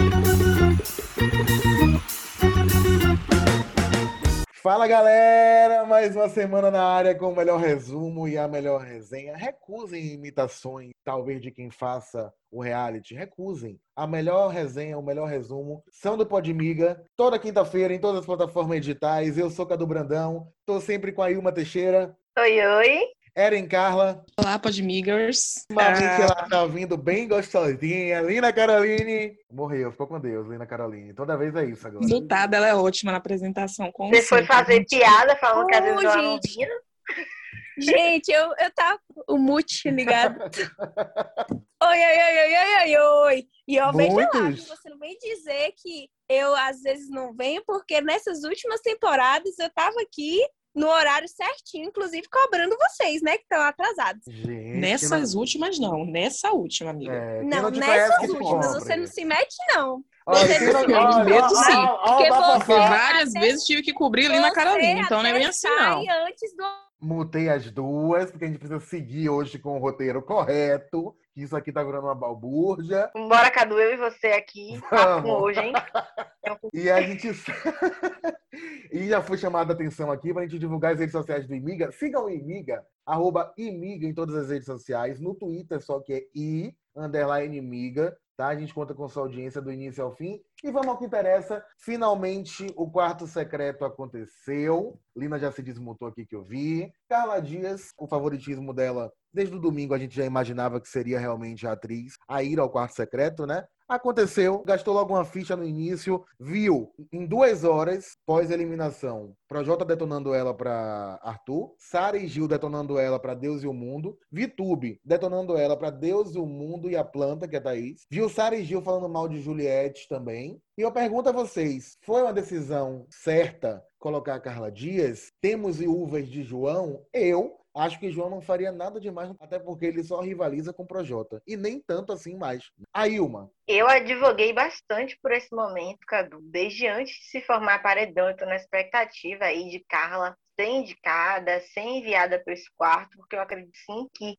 Fala galera, mais uma semana na área com o melhor resumo e a melhor resenha. Recusem imitações, talvez de quem faça o reality. Recusem. A melhor resenha, o melhor resumo são do Podmiga, toda quinta-feira em todas as plataformas digitais. Eu sou Cadu Brandão, tô sempre com a Ilma Teixeira. Oi, oi. Eren Carla. Olá, Podmigers. Ultimamente ela tá vindo bem gostosinha. Lina Caroline. Morreu, ficou com Deus, Lina Caroline. Toda vez é isso agora. Resultado, ela é ótima na apresentação. Você foi fazer piada falando que às vezes ela não gente. vinha? Gente, eu tava o mute ligado. Oi, oi, oi, oi, oi, oi, oi. E eu vejo lá, você não vem dizer que eu às vezes não venho, porque nessas últimas temporadas eu tava aqui no horário certinho, inclusive cobrando vocês, né, que estão atrasados. Gente, nessas últimas, não. Nessa última, amiga. Não, nessas últimas, você não se mete, não. Olha, Você não se mete. Medo, sim. Porque Porque você várias vezes tive que cobrir ali na Carolina, então não é bem assim, não. Antes do... Mutei as duas, porque a gente precisa seguir hoje com o roteiro correto, que isso aqui tá virando uma balbúrdia. Bora, Cadu, eu e você aqui, papo hoje, hein? E a gente... E já foi chamada a atenção aqui para a gente divulgar as redes sociais do Imiga. Sigam o Imiga, @Imiga em todas as redes sociais. No Twitter só que é i_Imiga. Tá? A gente conta com sua audiência do início ao fim. E vamos ao que interessa. Finalmente, o quarto secreto aconteceu. Lina já se desmutou aqui que eu vi. Carla Dias, o favoritismo dela, desde o domingo a gente já imaginava que seria realmente a atriz a ir ao quarto secreto, né? Aconteceu, gastou logo uma ficha no início, viu em 2 horas pós-eliminação, Projota detonando ela para Arthur, Sara e Gil detonando ela para Deus e o Mundo, Vitube detonando ela para Deus e o Mundo e a planta, que é a Thaís, viu Sara e Gil falando mal de Juliette também. E eu pergunto a vocês, foi uma decisão certa colocar a Carla Dias? Temos viúvas de João? Eu acho que João não faria nada demais, até porque ele só rivaliza com o Projota. E nem tanto assim mais. A Ilma. Eu advoguei bastante por esse momento, Cadu. Desde antes de se formar paredão, eu tô na expectativa aí de Carla ser indicada, ser enviada para esse quarto, porque eu acredito sim que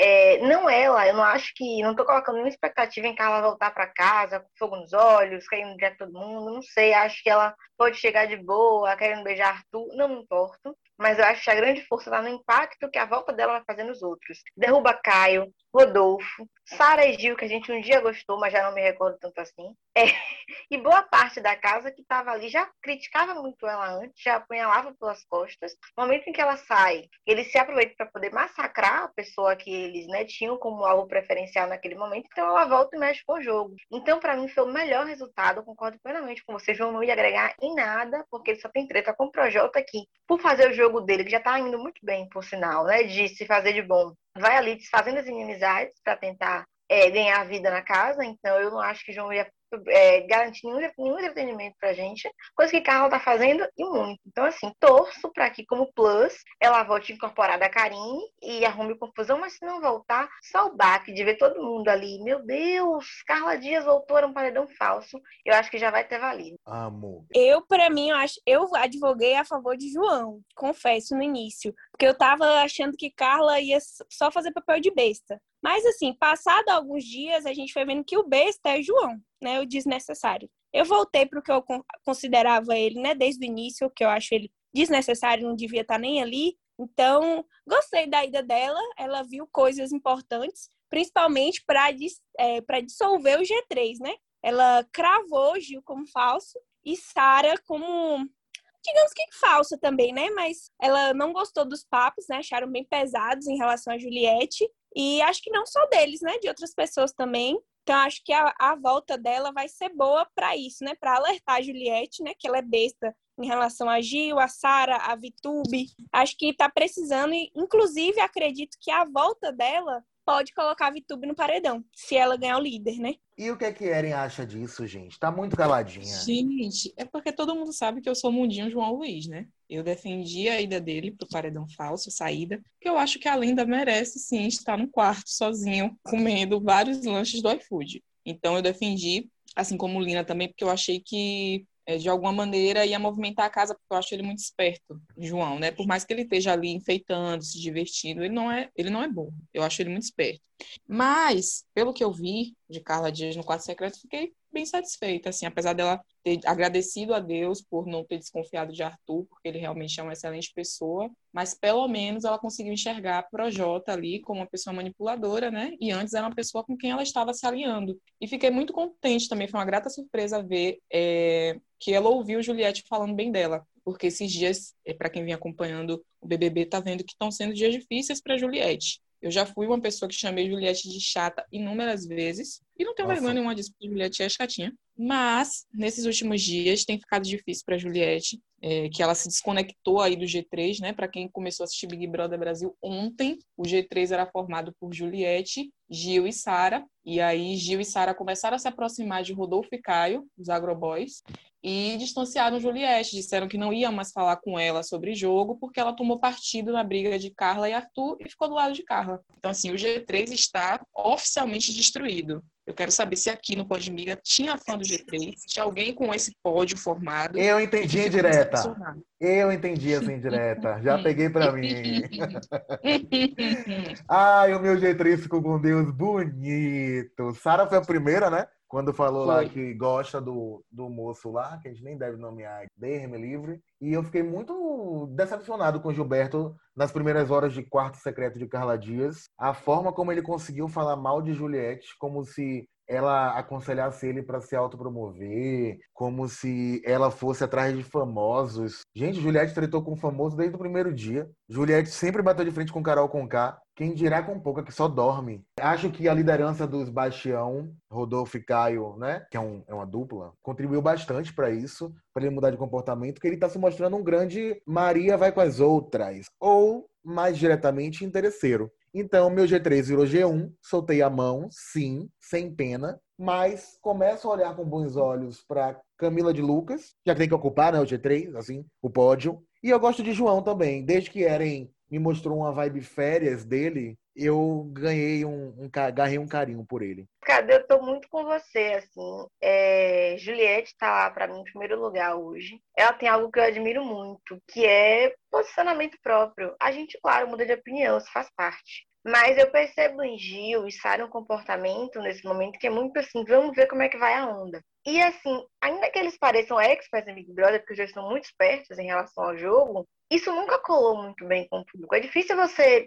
não ela, eu não acho que, não tô colocando nenhuma expectativa em Carla voltar para casa com fogo nos olhos, querendo beijar todo mundo, não sei, acho que ela pode chegar de boa, querendo beijar Arthur, não me importo, mas eu acho que a grande força está no impacto que a volta dela vai fazer nos outros. Derruba Caio, Rodolfo, Sara e Gil, que a gente um dia gostou, mas já não me recordo tanto assim. E boa parte da casa que estava ali já criticava muito ela antes, já apunhalava pelas costas. No momento em que ela sai, eles se aproveitam para poder massacrar a pessoa que eles, né, tinham como alvo preferencial naquele momento, então ela volta e mexe com o jogo. Então, para mim, foi o melhor resultado. Eu concordo plenamente com você, João, não ia agregar em nada, porque ele só tem treta com o Projota aqui, por fazer o jogo dele, que já está indo muito bem, por sinal, né, de se fazer de bom. Vai ali desfazendo as inimizades para tentar ganhar vida na casa, então eu não acho que João ia garantir nenhum entretenimento pra gente, coisa que Carla tá fazendo e muito. Então, assim, torço pra que, como plus, ela volte incorporada a Karine e arrume confusão, mas se não voltar, só o baque de ver todo mundo ali. Meu Deus, Carla Dias voltou, era um paredão falso. Eu acho que já vai ter valido. Amo. Eu advoguei a favor de João, confesso, no início, porque eu tava achando que Carla ia só fazer papel de besta. Mas, assim, passado alguns dias, a gente foi vendo que o besta é João, né? O desnecessário. Eu voltei para o que eu considerava ele, né? Desde o início, que eu acho ele desnecessário, não devia estar nem ali. Então, gostei da ida dela. Ela viu coisas importantes, principalmente para dissolver o G3, né? Ela cravou Gil como falso e Sara como... digamos que falsa também, né? Mas ela não gostou dos papos, né? Acharam bem pesados em relação a Juliette. E acho que não só deles, né? De outras pessoas também. Então, acho que a volta dela vai ser boa para isso, né? Para alertar a Juliette, né? Que ela é besta em relação a Gil, a Sara, a Vitube. Acho que tá precisando e, inclusive, acredito que a volta dela pode colocar a Vitube no paredão, se ela ganhar o líder, né? E o que é que Eren acha disso, gente? Tá muito caladinha. Gente, é porque todo mundo sabe que eu sou mundinho João Luiz, né? Eu defendi a ida dele pro paredão falso, saída, porque eu acho que a Linda merece, sim, estar no quarto sozinho, comendo vários lanches do iFood. Então eu defendi, assim como Lina também, porque eu achei que de alguma maneira ia movimentar a casa, porque eu acho ele muito esperto, João, né? Por mais que ele esteja ali enfeitando, se divertindo, ele não é burro. Eu acho ele muito esperto. Mas, pelo que eu vi de Carla Dias no Quarto Secreto, fiquei bem satisfeita, assim, apesar dela ter agradecido a Deus por não ter desconfiado de Arthur, porque ele realmente é uma excelente pessoa, mas pelo menos ela conseguiu enxergar a Projota ali como uma pessoa manipuladora, né? E antes era uma pessoa com quem ela estava se alinhando. E fiquei muito contente também, foi uma grata surpresa ver que ela ouviu Juliette falando bem dela, porque esses dias, para quem vem acompanhando o BBB, tá vendo que estão sendo dias difíceis para Juliette. Eu já fui uma pessoa que chamei Juliette de chata inúmeras vezes. E não tenho vergonha nenhuma disso, porque Juliette é chatinha. Mas, nesses últimos dias, tem ficado difícil para Juliette, que ela se desconectou aí do G3, né? Para quem começou a assistir Big Brother Brasil ontem, o G3 era formado por Juliette, Gil e Sara. E aí, Gil e Sara começaram a se aproximar de Rodolfo e Caio, os agroboys, e distanciaram Juliette, disseram que não iam mais falar com ela sobre jogo, porque ela tomou partido na briga de Carla e Arthur e ficou do lado de Carla. Então, assim, o G3 está oficialmente destruído. Eu quero saber se aqui no Podmiga tinha fã do G3, tinha alguém com esse pódio formado. Eu entendi a indireta. Eu entendi essa indireta. Já peguei pra mim. Ai, o meu G3 ficou com Deus bonito. Sara foi a primeira, né? Quando falou lá que gosta do moço lá, que a gente nem deve nomear, Deus me livre. E eu fiquei muito decepcionado com o Gilberto nas primeiras horas de Quarto Secreto de Carla Dias. A forma como ele conseguiu falar mal de Juliette, como se ela aconselhasse ele para se autopromover, como se ela fosse atrás de famosos. Gente, Juliette tretou com famoso desde o primeiro dia. Juliette sempre bateu de frente com Carol Conká. Quem dirá com Pouca, que só dorme. Acho que a liderança dos Bastião, Rodolfo e Caio, né, que é uma dupla, contribuiu bastante para isso, para ele mudar de comportamento, porque ele está se mostrando um grande Maria vai com as outras, ou, mais diretamente, interesseiro. Então, meu G3 virou G1, soltei a mão, sim, sem pena, mas começo a olhar com bons olhos para Camila de Lucas, já tem que ocupar, né, o G3, assim, o pódio. E eu gosto de João também, desde que Eren me mostrou uma vibe férias dele, eu ganhei agarrei um carinho por ele. Cadê? Eu tô muito com você, assim. Juliette tá lá pra mim em primeiro lugar hoje. Ela tem algo que eu admiro muito, que é posicionamento próprio. A gente, claro, muda de opinião, isso faz parte. Mas eu percebo em Gil e Sara um comportamento nesse momento que é muito assim, vamos ver como é que vai a onda. E assim, ainda que eles pareçam experts em Big Brother, porque já estão muito espertos em relação ao jogo, isso nunca colou muito bem com o público. É difícil você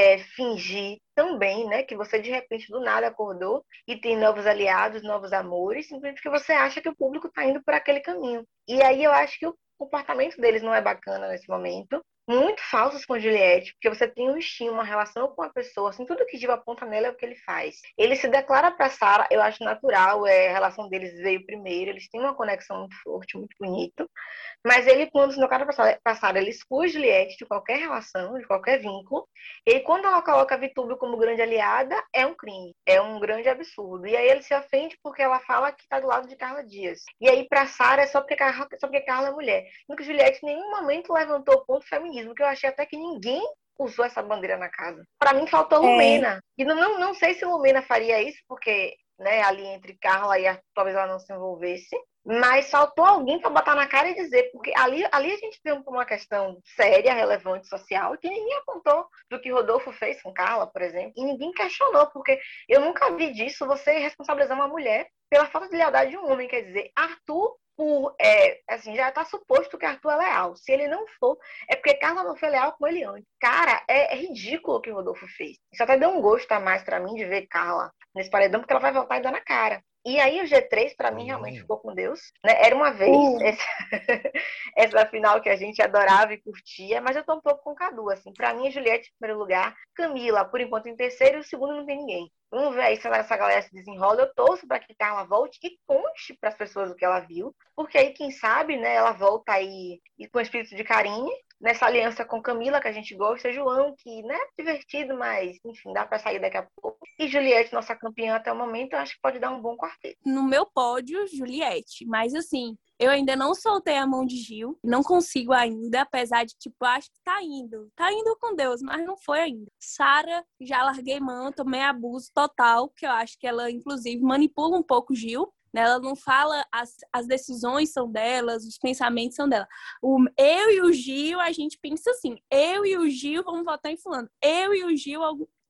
fingir tão bem, né? Que você de repente do nada acordou e tem novos aliados, novos amores, simplesmente porque você acha que o público está indo por aquele caminho. E aí eu acho que o comportamento deles não é bacana nesse momento. Muito falsos com Juliette, porque você tem um estímulo, uma relação com a pessoa, assim, tudo que Gil aponta nela é o que ele faz. Ele se declara para Sara, eu acho natural, a relação deles veio primeiro, eles têm uma conexão muito forte, muito bonito, mas ele, quando se declara para Sara, ele exclui Juliette de qualquer relação, de qualquer vínculo, e quando ela coloca a Vitúbio como grande aliada, é um crime, é um grande absurdo. E aí ele se ofende porque ela fala que está do lado de Carla Dias. E aí para Sara é só porque Carla é mulher. Porque Juliette em nenhum momento levantou o ponto feminismo, que eu achei até que ninguém usou essa bandeira na casa. Para mim faltou Lumena. E não sei se Lumena faria isso, porque né, ali entre Carla e Arthur, talvez ela não se envolvesse. Mas faltou alguém para botar na cara e dizer, porque ali a gente tem uma questão séria, relevante, social, que ninguém apontou do que Rodolfo fez com Carla, por exemplo, e ninguém questionou, porque eu nunca vi disso, você responsabilizar uma mulher pela falta de lealdade de um homem, quer dizer, Arthur assim, já tá suposto que Arthur é leal. Se ele não for, é porque Carla não foi leal com ele antes. Cara, é ridículo o que o Rodolfo fez. Isso até deu um gosto a mais pra mim de ver Carla nesse paredão, porque ela vai voltar e dar na cara. E aí o G3, pra mim, realmente ficou com Deus. Né? Era uma vez essa final que a gente adorava e curtia, mas eu tô um pouco com o Cadu. Assim. Pra mim, Juliette em primeiro lugar, Camila, por enquanto, em terceiro, e o segundo não tem ninguém. Vamos ver aí se essa galera se desenrola. Eu torço para que Carla volte e conte para as pessoas o que ela viu, porque aí, quem sabe, né, ela volta aí com o espírito de Karine, nessa aliança com Camila, que a gente gosta, João, que, né, divertido, mas, enfim, dá para sair daqui a pouco. E Juliette, nossa campeã até o momento, eu acho que pode dar um bom quarteto. No meu pódio, Juliette, mas assim, eu ainda não soltei a mão de Gil, não consigo ainda, apesar de, tipo, acho que tá indo com Deus, mas não foi ainda. Sara, já larguei mão, tomei abuso total, que eu acho que ela, inclusive, manipula um pouco Gil, né? Ela não fala, as decisões são delas, os pensamentos são dela. Eu e o Gil, a gente pensa assim, eu e o Gil vamos votar em fulano, eu e o Gil,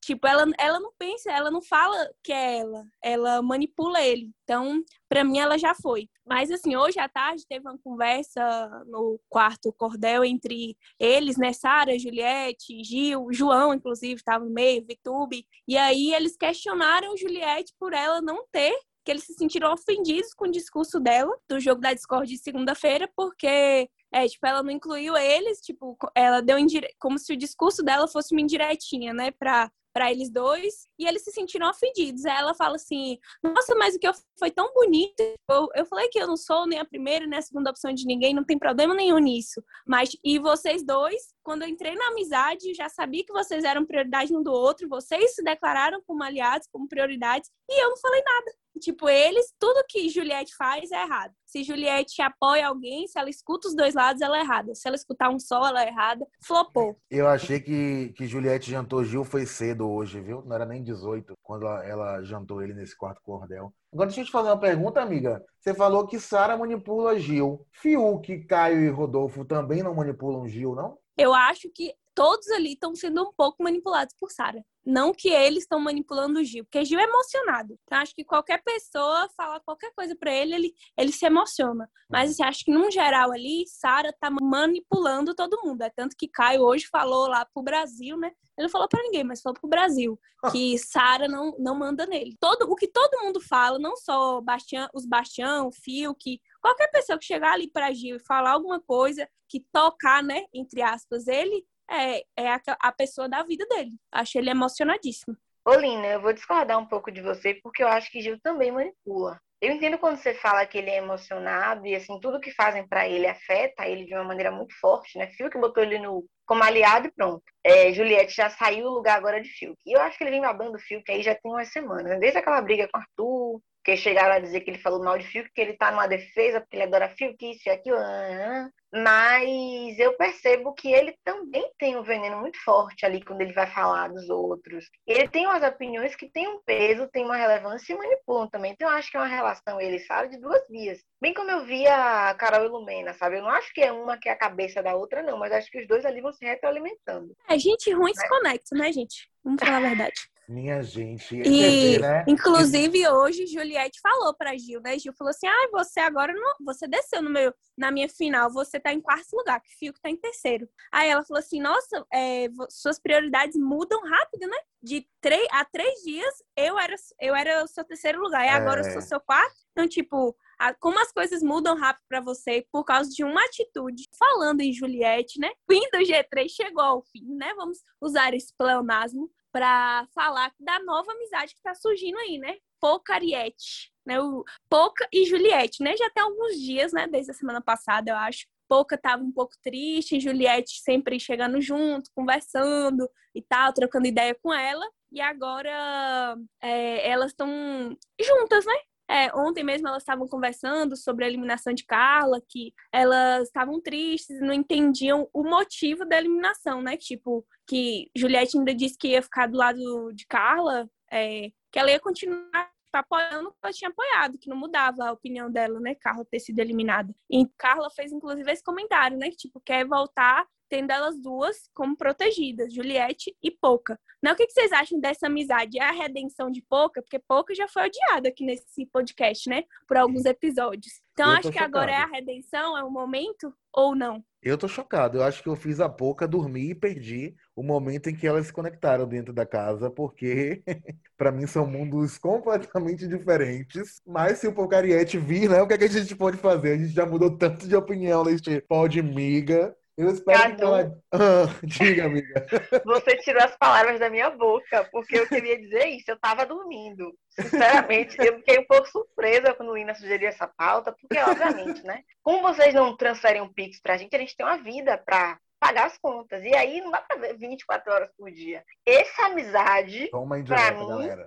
Tipo, ela não pensa, ela não fala que é ela manipula ele. Então, pra mim, ela já foi. Mas, assim, hoje à tarde teve uma conversa no quarto cordel entre eles, né? Sara, Juliette, Gil, João, inclusive, estava no meio, Vitube. E aí eles questionaram Juliette por ela não ter, que eles se sentiram ofendidos com o discurso dela, do jogo da Discord de segunda-feira, porque tipo, ela não incluiu eles, tipo, ela deu como se o discurso dela fosse uma indiretinha, né, pra eles dois, e eles se sentiram ofendidos. Aí ela fala assim, nossa, mas o que eu foi tão bonito. Eu falei que eu não sou nem a primeira nem a segunda opção de ninguém, não tem problema nenhum nisso. Mas, e vocês dois, quando eu entrei na amizade, eu já sabia que vocês eram prioridade um do outro, vocês se declararam como aliados, como prioridades, e eu não falei nada. Tipo, tudo que Juliette faz é errado. Se Juliette apoia alguém, se ela escuta os dois lados, ela é errada. Se ela escutar um só, ela é errada. Flopou. Eu achei que Juliette jantou Gil foi cedo hoje, viu? Não era nem 18 quando ela jantou ele nesse quarto cordel. Agora deixa eu te fazer uma pergunta, amiga. Você falou que Sara manipula Gil. Fiuk, Caio e Rodolfo também não manipulam Gil, não? Eu acho que todos ali estão sendo um pouco manipulados por Sara. Não que eles estão manipulando o Gil, porque Gil é emocionado. Então, acho que qualquer pessoa falar qualquer coisa pra ele se emociona. Mas, assim, acho que, num geral ali, Sara tá manipulando todo mundo. É tanto que Caio hoje falou lá pro Brasil, né? Ele não falou pra ninguém, mas falou pro Brasil, que Sara não manda nele. O que todo mundo fala, não só os Bastião, Fiuk, qualquer pessoa que chegar ali pra Gil e falar alguma coisa que tocar, né, entre aspas, ele é a pessoa da vida dele. Acho ele emocionadíssimo. Ô, Lina, eu vou discordar um pouco de você, porque eu acho que Gil também manipula. Eu entendo quando você fala que ele é emocionado e, assim, tudo que fazem pra ele afeta ele de uma maneira muito forte, né? Fiuk botou ele como aliado e pronto. Juliette já saiu do lugar agora de Fiuk. E eu acho que ele vem babando o Fiuk aí já tem umas semanas. Desde aquela briga com o Arthur, que chegaram a dizer que ele falou mal de Fiuk, que ele tá numa defesa porque ele adora Fiuk, isso e aquilo. Mas eu percebo que ele também tem um veneno muito forte ali quando ele vai falar dos outros. Ele tem umas opiniões que têm um peso, têm uma relevância e manipulam também. Então eu acho que é uma relação, ele sabe, de duas vias. Bem como eu vi a Carol e Lumena, sabe? Eu não acho que é uma que é a cabeça da outra, não. Mas acho que os dois ali vão se retroalimentando. Gente ruim se conecta, né, gente? Vamos falar a verdade. Minha gente, E, né? inclusive, hoje, Juliette falou pra Gil, né? Gil falou assim, você agora não... Você desceu na minha final, você tá em quarto lugar, que Fiuk tá em terceiro. Aí ela falou assim, nossa, suas prioridades mudam rápido, né? Há 3 dias, eu era o seu terceiro lugar, e agora eu sou seu quarto. Então, tipo, como as coisas mudam rápido pra você por causa de uma atitude. Falando em Juliette, né? O fim do G3 chegou ao fim, né? Vamos usar esse pleonasmo para falar da nova amizade que está surgindo aí, né? Poca Ariete, né? O Poca e Juliette, né? Já tem alguns dias, né? Desde a semana passada, eu acho. Poca estava um pouco triste, Juliette sempre chegando junto, conversando e tal, trocando ideia com ela. E agora elas estão juntas, né? Ontem mesmo elas estavam conversando sobre a eliminação de Carla, que elas estavam tristes e não entendiam o motivo da eliminação, né? Tipo, que Juliette ainda disse que ia ficar do lado de Carla, que ela ia continuar apoiando o que ela tinha apoiado, que não mudava a opinião dela, né? Carla ter sido eliminada. E Carla fez, inclusive, esse comentário, né? Que, tipo, quer voltar tendo elas duas como protegidas, Juliette e Poca. Não, o que vocês acham dessa amizade? É a redenção de Poca? Porque Poca já foi odiada aqui nesse podcast, né? Por alguns episódios. Então, acho que agora é a redenção, é o momento ou não? Eu tô chocado. Eu acho que eu fiz a Poca dormir e perdi o momento em que elas se conectaram dentro da casa, porque para mim são mundos completamente diferentes. Mas se o Pocariete vir, né? O que é que a gente pode fazer? A gente já mudou tanto de opinião neste Pod Miga. Eu espero que ela... Diga, amiga. Você tirou as palavras da minha boca, porque eu queria dizer isso. Eu tava dormindo. Sinceramente, eu fiquei um pouco surpresa quando Lina sugeriu essa pauta, porque, obviamente, né? Como vocês não transferem um Pix pra gente, a gente tem uma vida pra pagar as contas. E aí não dá pra ver 24 horas por dia. Essa amizade, pra mim, galera.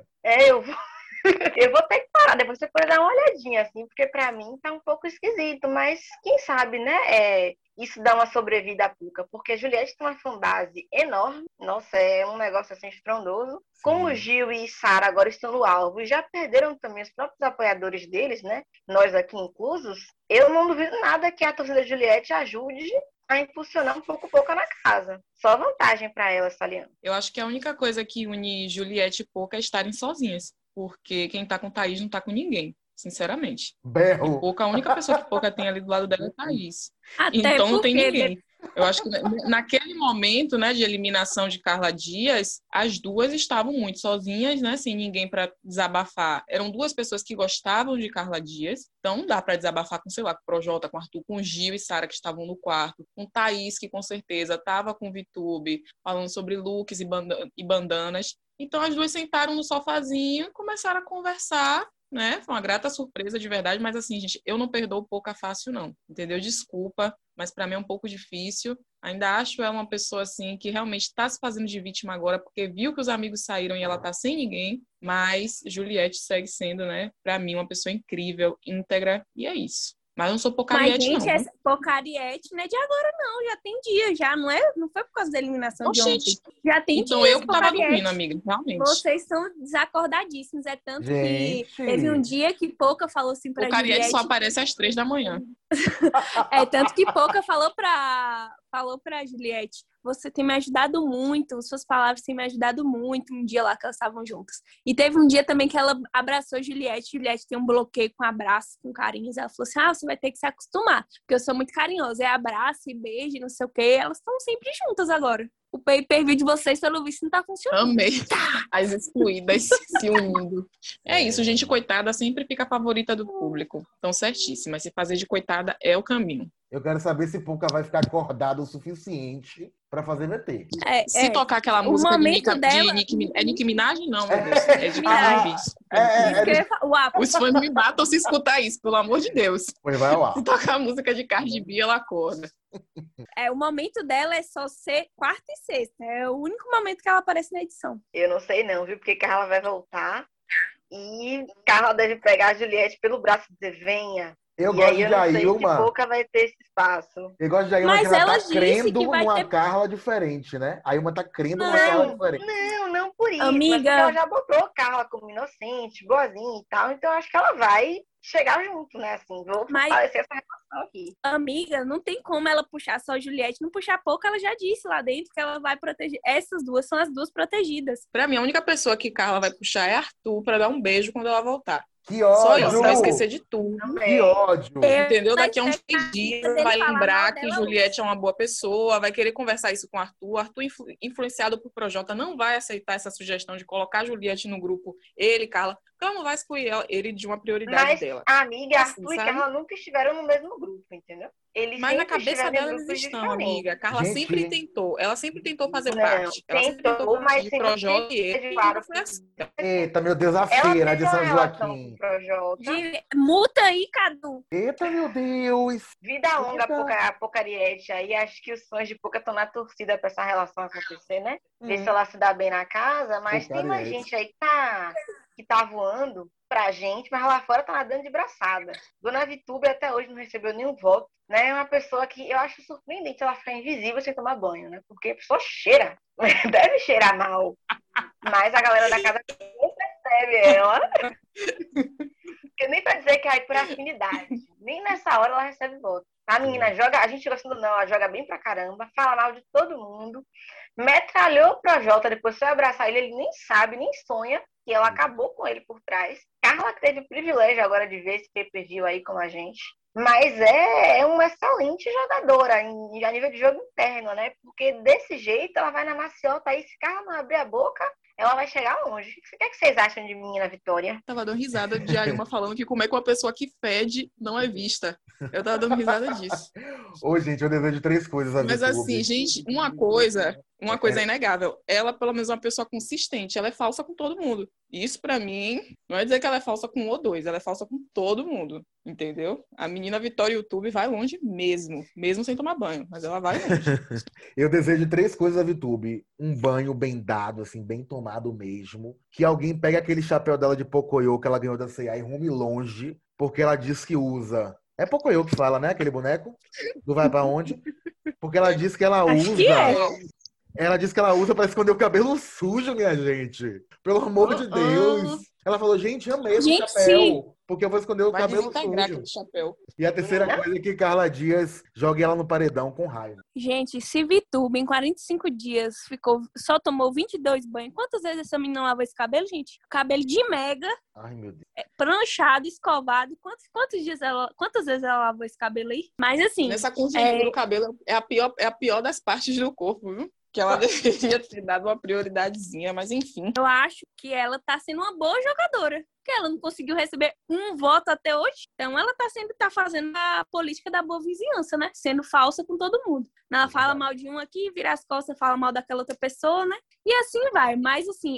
Eu vou ter que parar, depois você pode dar uma olhadinha, assim, porque pra mim tá um pouco esquisito, mas quem sabe, né, isso dá uma sobrevida à Puca, porque a Juliette tem uma fanbase enorme, nossa, é um negócio assim estrondoso. Sim. Como Gil e Sara agora estão no alvo e já perderam também os próprios apoiadores deles, né, nós aqui inclusos, eu não duvido nada que a torcida da Juliette ajude a impulsionar um pouco Poca na casa. Só vantagem para ela essa aliança. Eu acho que a única coisa que une Juliette e Poca é estarem sozinhas. Porque quem tá com Thaís não tá com ninguém, sinceramente. E Berro. Poca, a única pessoa que Poca tem ali do lado dela é Thaís. Até Então não tem porque ninguém. Eu acho que naquele momento, né, de eliminação de Carla Dias, as duas estavam muito sozinhas, né, sem ninguém para desabafar. Eram duas pessoas que gostavam de Carla Dias, então não dá para desabafar com, sei lá, com o Projota, com o Arthur, com o Gil e Sara, que estavam no quarto, com Thaís, que com certeza estava com o Vitube, falando sobre looks e bandanas. Então as duas sentaram no sofazinho e começaram a conversar, né? Foi uma grata surpresa de verdade, mas assim, gente, eu não perdoo Poca fácil, não. Entendeu? Desculpa, mas para mim é um pouco difícil. Ainda acho ela uma pessoa assim que realmente está se fazendo de vítima agora, porque viu que os amigos saíram e ela tá sem ninguém, mas Juliette segue sendo, né, para mim, uma pessoa incrível, íntegra, e é isso. Mas eu não sou Mas, Pocariette, gente, não. essa Pocariette não é de agora, não. Já tem dia, já. Não foi por causa da eliminação de ontem. Oxente, Já tem então dias, eu que tava dormindo, Pocariette. amiga, realmente. Vocês são desacordadíssimos. É tanto Gente. que teve um dia que Poca falou assim pra Pocariette Juliette. só aparece às 3 da manhã. É tanto que Poca falou pra Juliette: você tem me ajudado muito, suas palavras têm me ajudado muito. Um dia lá que elas estavam juntas. E teve um dia também que ela abraçou Juliette. Juliette tem um bloqueio com abraço, com carinhos. Ela falou assim: você vai ter que se acostumar, porque eu sou muito carinhosa. É abraço e beijo, não sei o quê. Elas estão sempre juntas agora. O pay-per-view de vocês, pelo visto, não tá funcionando. Amei as excluídas se unindo. É isso, gente, coitada sempre fica a favorita do público. Então, certíssima. Se fazer de coitada é o caminho. Eu quero saber se Poca vai ficar acordada o suficiente pra fazer VT. Se tocar aquela O música de momento dela- É Nicki Minaj? Não, meu Deus. É de Cardi B. Isso que eu ia falar. Uau, Os fãs me matam se escutar isso, pelo amor de Deus. Pois vai lá. Se tocar a música de Cardi B, ela acorda. o momento dela é só ser quarta e sexta. É o único momento que ela aparece na edição. Eu não sei não, viu? Porque Carla vai voltar e Carla deve pegar a Juliette pelo braço e dizer, venha. Eu E gosto aí eu de não sei se Ailma. Poca vai ter esse espaço. Eu gosto de Ailma Mas que ela ela tá disse crendo que vai numa ter- Carla diferente, né? A Ailma tá crendo numa Carla diferente. Não por isso. Amiga. Mas porque ela já botou Carla como inocente, boazinha e tal. Então eu acho que ela vai chegar junto, né? Assim, vou Mas- fortalecer essa relação aqui. Amiga, não tem como ela puxar só a Juliette. Não puxar pouco, ela já disse lá dentro que ela vai proteger. Essas duas são as duas protegidas. Pra mim, a única pessoa que Carla vai puxar é Arthur pra dar um beijo quando ela voltar. Que Só isso, vai ódio! esquecer de tudo. Que ódio! Entendeu? Mas Daqui a uns deve- dias dele vai falar lembrar mal que dela Juliette é uma boa pessoa, vai querer conversar isso com o Arthur. Arthur, influenciado por Projota, não vai aceitar essa sugestão de colocar Juliette no grupo, ele, Carla, porque ela não vai excluir ele de uma prioridade Mas dela. a amiga, Assim, Arthur e sabe? Carla nunca estiveram no mesmo grupo, entendeu? Eles Mas na sempre cabeça estiveram em dela eles grupos estão, diferentes. amiga. Carla Gente. sempre tentou. Ela sempre tentou fazer Não, parte. Ela sempre tentou tentou, mas partir de sempre Projota e ele. teve E claro não foi assim. Eita, meu Deus, a Ela feira teve de uma São relação com Joaquim. o Projota. Multa aí, Cadu. Eita, meu Deus! Vida longa Eita. a Pocariette aí. Acho que os fãs de Poca estão na torcida pra essa relação acontecer, né? Ver se ela se dá bem na casa. Mas tem mais Pocariette. gente aí que tá voando pra gente, mas lá fora tá nadando de braçada. Dona Vitube até hoje não recebeu nenhum voto, né? É uma pessoa que eu acho surpreendente ela ficar invisível sem tomar banho, né? Porque a pessoa cheira. Deve cheirar mal. Mas a galera da casa não percebe ela. Porque nem pra dizer que é por afinidade. Nem nessa hora ela recebe voto. A menina joga, a gente gostando não, ela joga bem pra caramba, fala mal de todo mundo, metralhou o Projota, depois foi abraçar ele, ele nem sabe, nem sonha que ela acabou com ele por trás. Carla que teve o privilégio agora de ver esse pay-per-view aí com a gente. Mas é uma excelente jogadora a nível de jogo interno, né? Porque desse jeito ela vai na maciota aí, se Carla não abrir a boca, ela vai chegar longe. O que é que vocês acham de mim na Vitória? Tava dando risada de Ailma falando que como é que uma pessoa que fede não é vista. Eu tava dando risada disso. Ô, gente, eu desejo 3 coisas a Mas Vitube. assim, gente, uma coisa é inegável. Ela, pelo menos, é uma pessoa consistente. Ela é falsa com todo mundo. Isso, pra mim, não é dizer que ela é falsa com um ou dois. Ela é falsa com todo mundo. Entendeu? A menina Vitória YouTube vai longe mesmo. Mesmo sem tomar banho. Mas ela vai longe. Eu desejo 3 coisas a Vitube. Um banho bem dado, assim, bem tomado mesmo. Que alguém pegue aquele chapéu dela de Pocoyo que ela ganhou da C&A e rume longe, porque ela diz que usa. É Pocoyo que fala, né? Aquele boneco? Do Vai Pra Onde? Porque ela diz que ela Acho usa. que é. Ela diz que ela usa para esconder o cabelo sujo, minha gente. Pelo amor de Deus. Ela falou, gente, amei esse Gente, chapéu. porque eu vou esconder o Vai cabelo desintegrar sujo. aquele chapéu. E a terceira coisa é que Carla Dias jogue ela no paredão com raiva. Gente, se VTube em 45 dias só tomou 22 banhos, quantas vezes essa menina lavou esse cabelo, gente? Cabelo de mega, Ai, meu Deus. pranchado, escovado. Quantas vezes ela lavou esse cabelo aí? Mas assim, Nessa conjuntura, o cabelo é a pior das partes do corpo, viu? Que ela deveria ter dado uma prioridadezinha, mas enfim. eu acho que ela tá sendo uma boa jogadora. Porque ela não conseguiu receber um voto até hoje. Então ela tá fazendo a política da boa vizinhança, né? Sendo falsa com todo mundo. Ela fala mal de um aqui, vira as costas, fala mal daquela outra pessoa, né? E assim vai. Mas assim,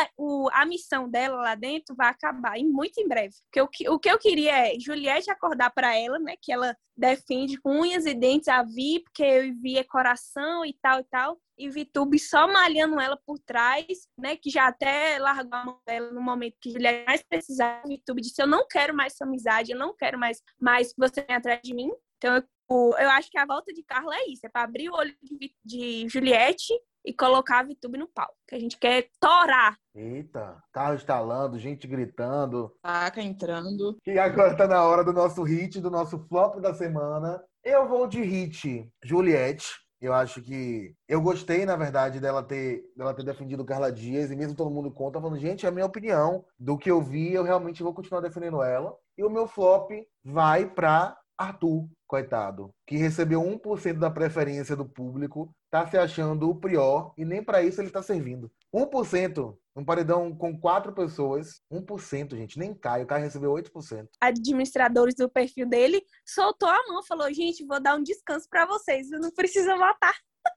a missão dela lá dentro vai acabar muito em breve. Porque o que eu queria é Juliette acordar para ela, né? Que ela defende com unhas e dentes a Vi, porque eu e Vi é coração e tal e tal. E VTube só malhando ela por trás, né? Que já até largou a mão dela no momento que Juliette mais precisava. VTube disse, eu não quero mais sua amizade, eu não quero mais que você venha atrás de mim. Então, eu acho que a volta de Carla é isso, é para abrir o olho de Juliette e colocar a VTube no pau. Que a gente quer torar. Eita, carro estalando, gente gritando. Faca entrando. E agora tá na hora do nosso hit, do nosso flop da semana. Eu vou de hit Juliette. Eu acho que... Eu gostei, na verdade, dela ter defendido Carla Dias, e mesmo todo mundo conta, falando, gente, é a minha opinião. Do que eu vi, eu realmente vou continuar defendendo ela. E o meu flop vai pra Arthur, coitado, que recebeu 1% da preferência do público, tá se achando o prior, e nem pra isso ele tá servindo. 1%, um paredão com 4 pessoas, 1%, gente, nem cai, o cara recebeu 8%. Administradores do perfil dele soltou a mão, falou, gente, vou dar um descanso pra vocês, não precisa votar.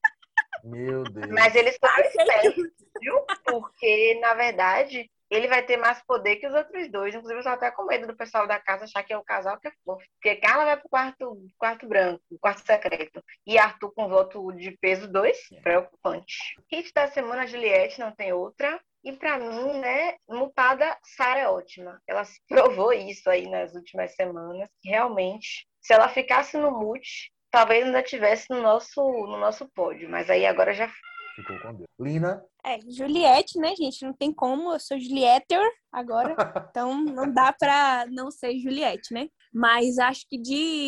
Meu Deus. Mas eles estão espertos, viu? Porque, na verdade, ele vai ter mais poder que os outros dois. Inclusive, eu estou até com medo do pessoal da casa achar que é o casal que é fofo. Porque Carla vai pro quarto branco, quarto secreto. E Arthur com voto de peso 2, preocupante. Hit da semana, Juliette, não tem outra. E pra mim, né, mutada, Sara é ótima. Ela se provou isso aí nas últimas semanas. Que realmente, se ela ficasse no mute, talvez ainda estivesse no nosso pódio. Mas aí agora já Ficou com Deus. Lina? Juliette, né, gente? Não tem como, eu sou Julietter agora, então não dá pra não ser Juliette, né? Mas acho que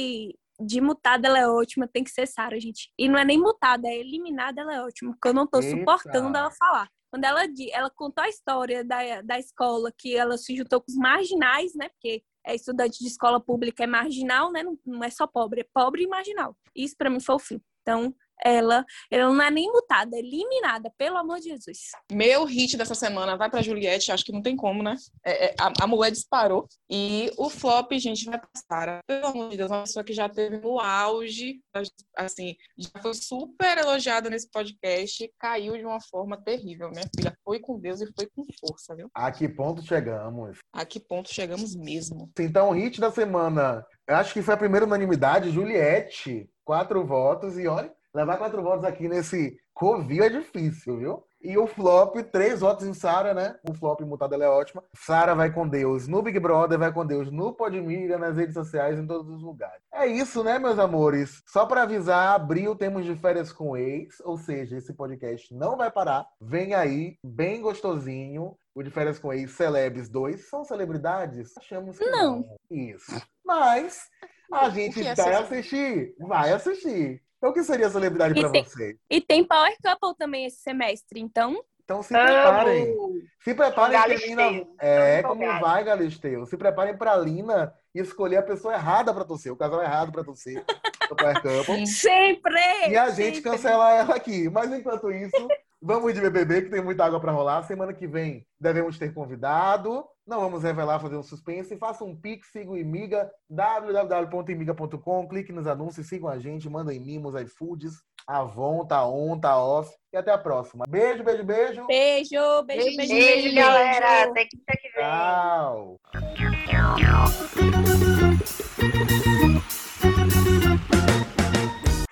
de mutada ela é ótima, tem que ser Sara, gente. E não é nem mutada, é eliminada ela é ótima, porque eu não tô suportando ela falar. Quando ela contou a história da escola, que ela se juntou com os marginais, né? Porque estudante de escola pública é marginal, né? Não é só pobre, é pobre e marginal. Isso pra mim foi o fim. Então, ela não é nem mutada, é eliminada, pelo amor de Jesus. Meu hit dessa semana vai pra Juliette, acho que não tem como, né? A mulher disparou. E o flop, gente, vai pra Sara. Pelo amor de Deus, uma pessoa que já teve no auge, assim, já foi super elogiada nesse podcast, caiu de uma forma terrível. Minha filha foi com Deus e foi com força, viu? A que ponto chegamos? A que ponto chegamos mesmo? Então, o hit da semana, eu acho que foi a primeira unanimidade, Juliette, 4 votos, e olha, levar 4 votos aqui nesse Covil é difícil, viu? E o flop, 3 votos em Sara, né? O flop mutada, ela é ótima. Sara vai com Deus no Big Brother, vai com Deus no Podmilha, nas redes sociais, em todos os lugares. É isso, né, meus amores? Só para avisar, abril temos de férias com ex, ou seja, esse podcast não vai parar. Vem aí, bem gostosinho. O de férias com ex, Celebs 2. São celebridades? Achamos que não. Isso. Mas a gente vai assistir. Vai assistir. Então, o que seria celebridade para vocês? E tem Power Couple também esse semestre, então se preparem. Se preparem que a Lina... como vai, Galisteu? Se preparem para a Lina escolher a pessoa errada para torcer, o casal errado para torcer. O Power Couple. Sempre! E a gente cancela ela aqui. Mas, enquanto isso, vamos de BBB, que tem muita água para rolar. Semana que vem devemos ter convidado. Não vamos revelar, fazer um suspense. Faça um pix, siga o Imiga, www.imiga.com. Clique nos anúncios, sigam a gente, mandem mimos, iFoods, Avon, tá on, tá off. E até a próxima. Beijo, beijo, beijo. Beijo, galera. Até quinta que vem. Tchau.